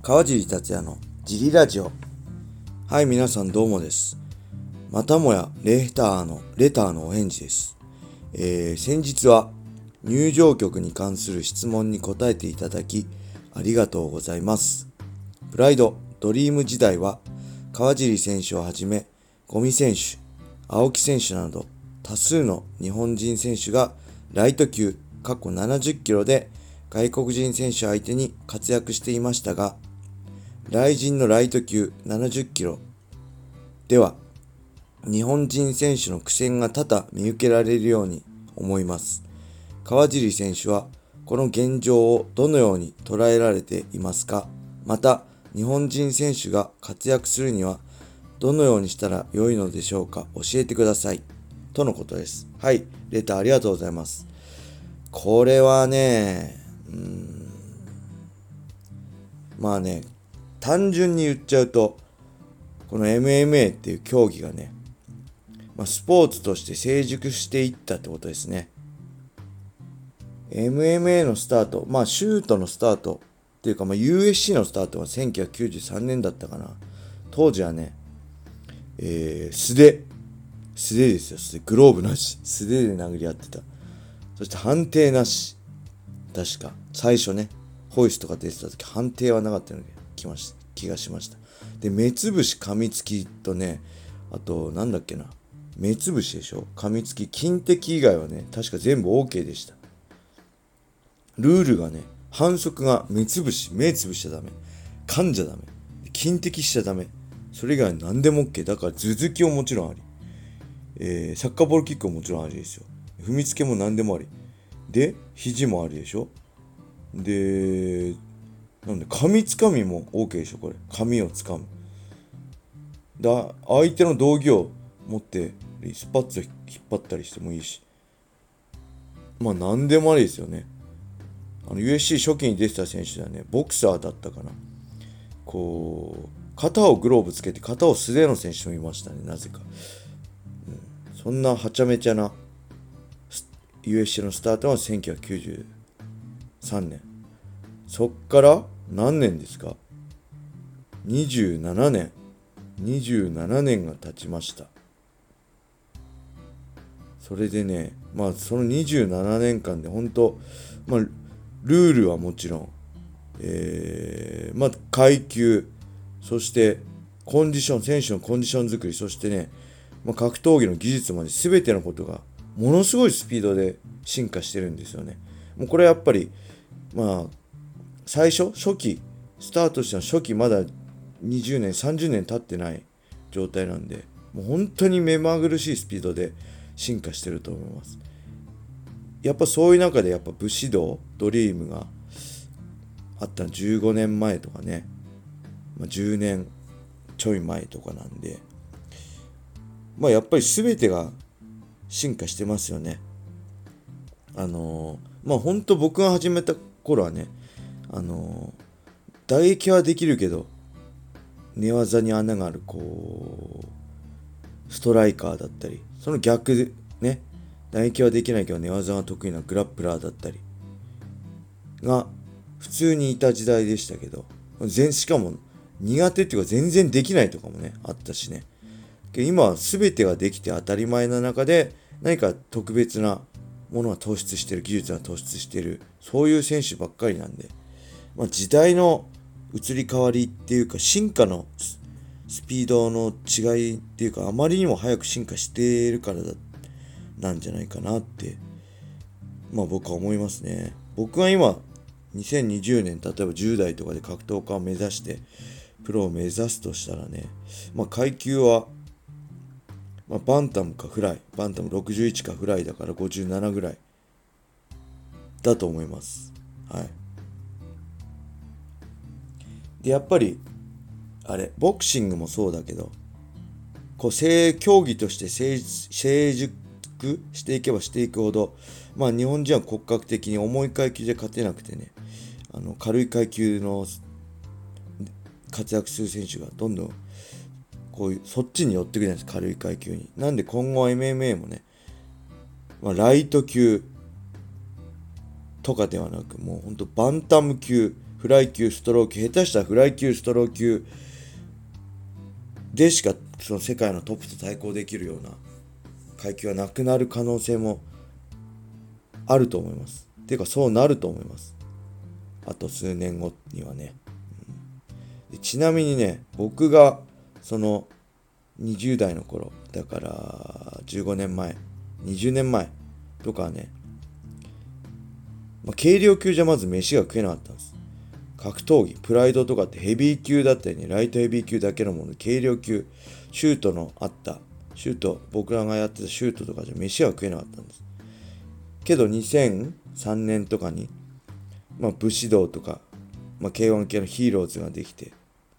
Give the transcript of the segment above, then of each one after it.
川尻達也のジリラジオ。はい、皆さんどうもです。またもやレターのお返事です。先日は入場曲に関する質問に答えていただきありがとうございます。プライド、ドリーム時代は川尻選手をはじめ五味選手、青木選手など多数の日本人選手がライト級70キロで外国人選手相手に活躍していましたが、雷神のライト級70キロでは日本人選手の苦戦が多々見受けられるように思います。川尻選手はこの現状をどのように捉えられていますか？また、日本人選手が活躍するにはどのようにしたら良いのでしょうか？教えてください。とのことです。はい、レターありがとうございます。これはね、単純に言っちゃうと、この MMA っていう競技がね、スポーツとして成熟していったってことですね。MMA のスタート、シュートのスタートっていうか、USC のスタートは1993年だったかな。当時はね、素手ですよ、素手。グローブなし。素手で殴り合ってた。そして判定なし。確か、最初ね、ホイスとか出てた時、判定はなかったような気がしました。で、目つぶし、噛みつきとね、あと、目つぶしでしょ？噛みつき、金的以外はね、確か全部 OK でした。ルールがね、反則が目つぶしちゃダメ。噛んじゃダメ。金的しちゃダメ。それ以外は何でも OK。だから、頭突きももちろんあり。サッカーボールキックももちろんありですよ。踏みつけも何でもあり。で、肘もありでしょ。で、髪つかみも OK でしょ、これ。髪をつかむ。相手の道着を持って、スパッツを引っ張ったりしてもいいし。何でもありですよね。USC 初期に出てた選手ではね、ボクサーだったかな。肩をグローブつけて、肩を素手の選手もいましたね、なぜか。そんなはちゃめちゃな USC のスタートは1993年。そっから何年ですか？ 27 年。27年が経ちました。それでね、その27年間で本当、ルールはもちろん、階級、そして選手のコンディション作り、そしてね、格闘技の技術まで全てのことがものすごいスピードで進化してるんですよね。もうこれやっぱり、初期、スタートしたの初期まだ20年、30年経ってない状態なんで、もう本当に目まぐるしいスピードで進化してると思います。やっぱそういう中で武士道、ドリームがあったの15年前とかね、10年ちょい前とかなんで、やっぱり全てが進化してますよね。本当僕が始めた頃はね、打撃はできるけど、寝技に穴がある、ストライカーだったり、その逆でね、打撃はできないけど寝技が得意なグラップラーだったりが普通にいた時代でしたけど、しかも苦手っていうか全然できないとかもね、あったしね。今は全てができて当たり前な中で、何か特別なものが突出してる、技術が突出してる、そういう選手ばっかりなんで、時代の移り変わりっていうか、進化のスピードの違いっていうか、あまりにも早く進化しているからなんじゃないかなって、僕は思いますね。僕は今、2020年、例えば10代とかで格闘家を目指して、プロを目指すとしたらね、階級は、バンタムかフライ、バンタム61かフライだから57ぐらいだと思います。はい。で、やっぱり、ボクシングもそうだけど、競技として成熟していけばしていくほど、日本人は骨格的に重い階級で勝てなくてね、軽い階級の活躍する選手がどんどんそっちに寄ってくるんです、軽い階級に。なんで今後は MMA もね、ライト級とかではなく、もうほんとバンタム級、 フライ級、ストロー級、下手したらフライ級、ストロー級でしかその世界のトップと対抗できるような階級はなくなる可能性もあると思います。ていうかそうなると思います。あと数年後にはね。でちなみにね、僕がその20代の頃、だから15年前、20年前とかはね、軽量級じゃまず飯が食えなかったんです。格闘技、プライドとかってヘビー級だったりね、ライトヘビー級だけのもの、軽量級、シュートのあった、シュート、僕らがやってたシュートとかじゃ飯が食えなかったんです。けど2003年とかに、武士道とか、K1 系のヒーローズができて、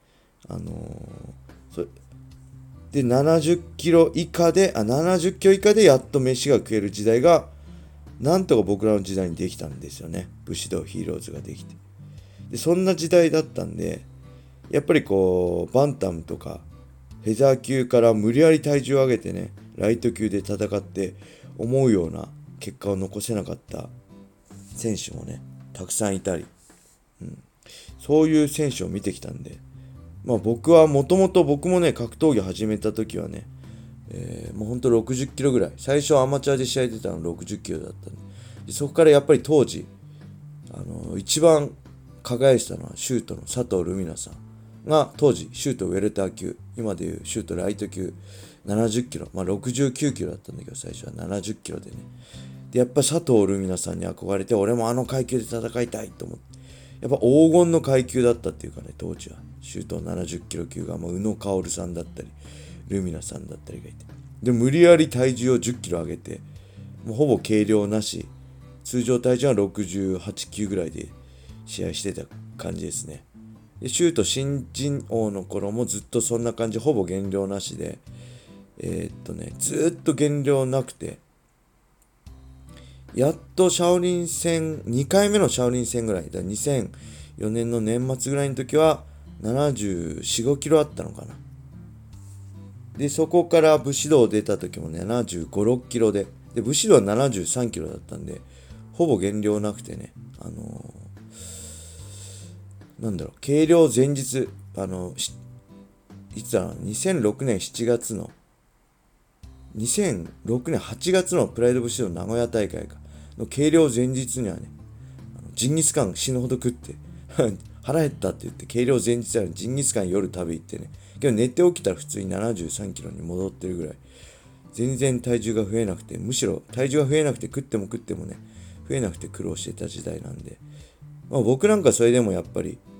それで70キロ以下で、70キロ以下でやっと飯が食える時代が、なんとか僕らの時代にできたんですよね。武士道ヒーローズができて。でそんな時代だったんで、やっぱりこうバンタムとかフェザー級から無理やり体重を上げてね、ライト級で戦って思うような結果を残せなかった選手もね、たくさんいたり、そういう選手を見てきたんで、僕はも僕もね、格闘技始めた時はね、もうほんと60キロぐらい、最初アマチュアで試合出たの60キロだったんで、そこからやっぱり当時一番輝いてたのはシュートの佐藤ルミナさんが当時シュートウェルター級、今でいうシュートライト級70キロ、69キロだったんだけど最初は70キロでね。でやっぱ佐藤ルミナさんに憧れて、俺もあの階級で戦いたいと思って、やっぱ黄金の階級だったっていうかね、当時はシュート70キロ級が宇野薫さんだったりルミナさんだったりがいて、で無理やり体重を10キロ上げて、もうほぼ軽量なし、通常体重は68級ぐらいで試合してた感じですね。でシュート新人王の頃もずっとそんな感じ、ほぼ減量なしで、ずっと減量なくて、やっとシャオリン戦、2回目のシャオリン戦ぐらいだ、2004年の年末ぐらいの時は74、5キロあったのかな。で、そこから武士道出た時もね、75、6キロで、武士道は73キロだったんで、ほぼ減量なくてね、計量前日、いつだろう、2006年7月の、2006年8月のプライド武士道名古屋大会の計量前日にはね、ジンギスカン死ぬほど食って腹減ったって言って、計量前日はジンギスカン夜食べ行ってね、けど寝て起きたら普通に73キロに戻ってるぐらい、全然体重が増えなくて、むしろ体重が増えなくて食ってもね、増えなくて苦労してた時代なんで、僕なんかそれでもやっぱり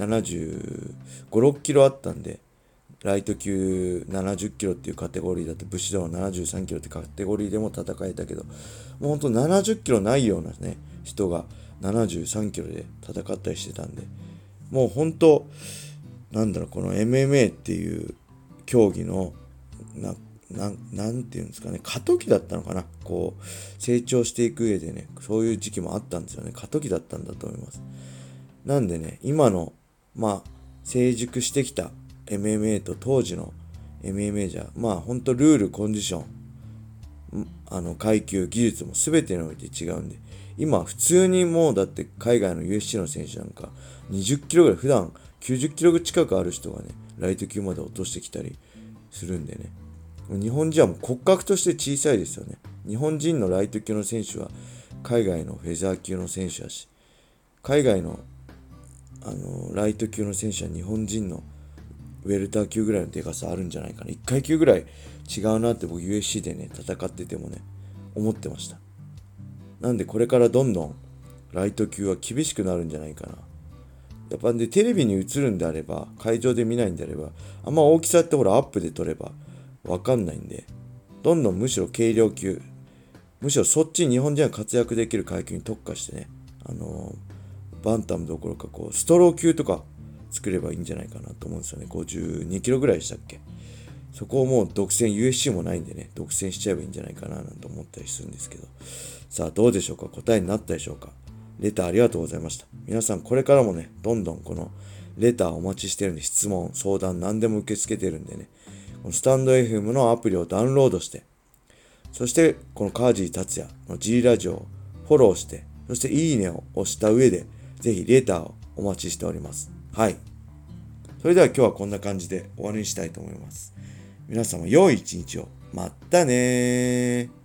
75、6キロあったんで、ライト級70キロっていうカテゴリーだと、武士道は73キロってカテゴリーでも戦えたけど、もうほんと70キロないようなね、人が73キロで戦ったりしてたんで、もうほんと、この MMA っていう競技の、なんていうんですかね、過渡期だったのかな。こう、成長していく上でね、そういう時期もあったんですよね。過渡期だったんだと思います。なんでね、今の、成熟してきた MMA と当時の MMA じゃ、ほんとルール、コンディション、階級、技術も全てにおいて違うんで、今普通にもうだって海外の UFC の選手なんか20キロぐらい、普段90キロ近くある人がね、ライト級まで落としてきたりするんでね、日本人はもう骨格として小さいですよね。日本人のライト級の選手は海外のフェザー級の選手だし、海外のライト級の選手は日本人のウェルター級ぐらいのでかさあるんじゃないかな。1階級ぐらい違うなって僕 UFC でね、戦っててもね、思ってました。なんでこれからどんどんライト級は厳しくなるんじゃないかな。やっぱでテレビに映るんであれば、会場で見ないんであれば、あんま大きさってほらアップで撮ればわかんないんで、どんどんむしろ軽量級、むしろそっちに日本人が活躍できる階級に特化してね、バンタムどころかこうストロー級とか作ればいいんじゃないかなと思うんですよね。52キロぐらいでしたっけ。そこをもう独占、USC もないんでね、独占しちゃえばいいんじゃないかななんて思ったりするんですけど。さあどうでしょうか。答えになったでしょうか。レターありがとうございました。皆さんこれからもね、どんどんこのレターお待ちしてるんで、質問、相談何でも受け付けてるんでね、このスタンド FM のアプリをダウンロードして、そしてこのカージー達也の G ラジオをフォローして、そしていいねを押した上で、ぜひレターをお待ちしております。はい。それでは今日はこんな感じで終わりにしたいと思います。皆様良い一日を。まったねー。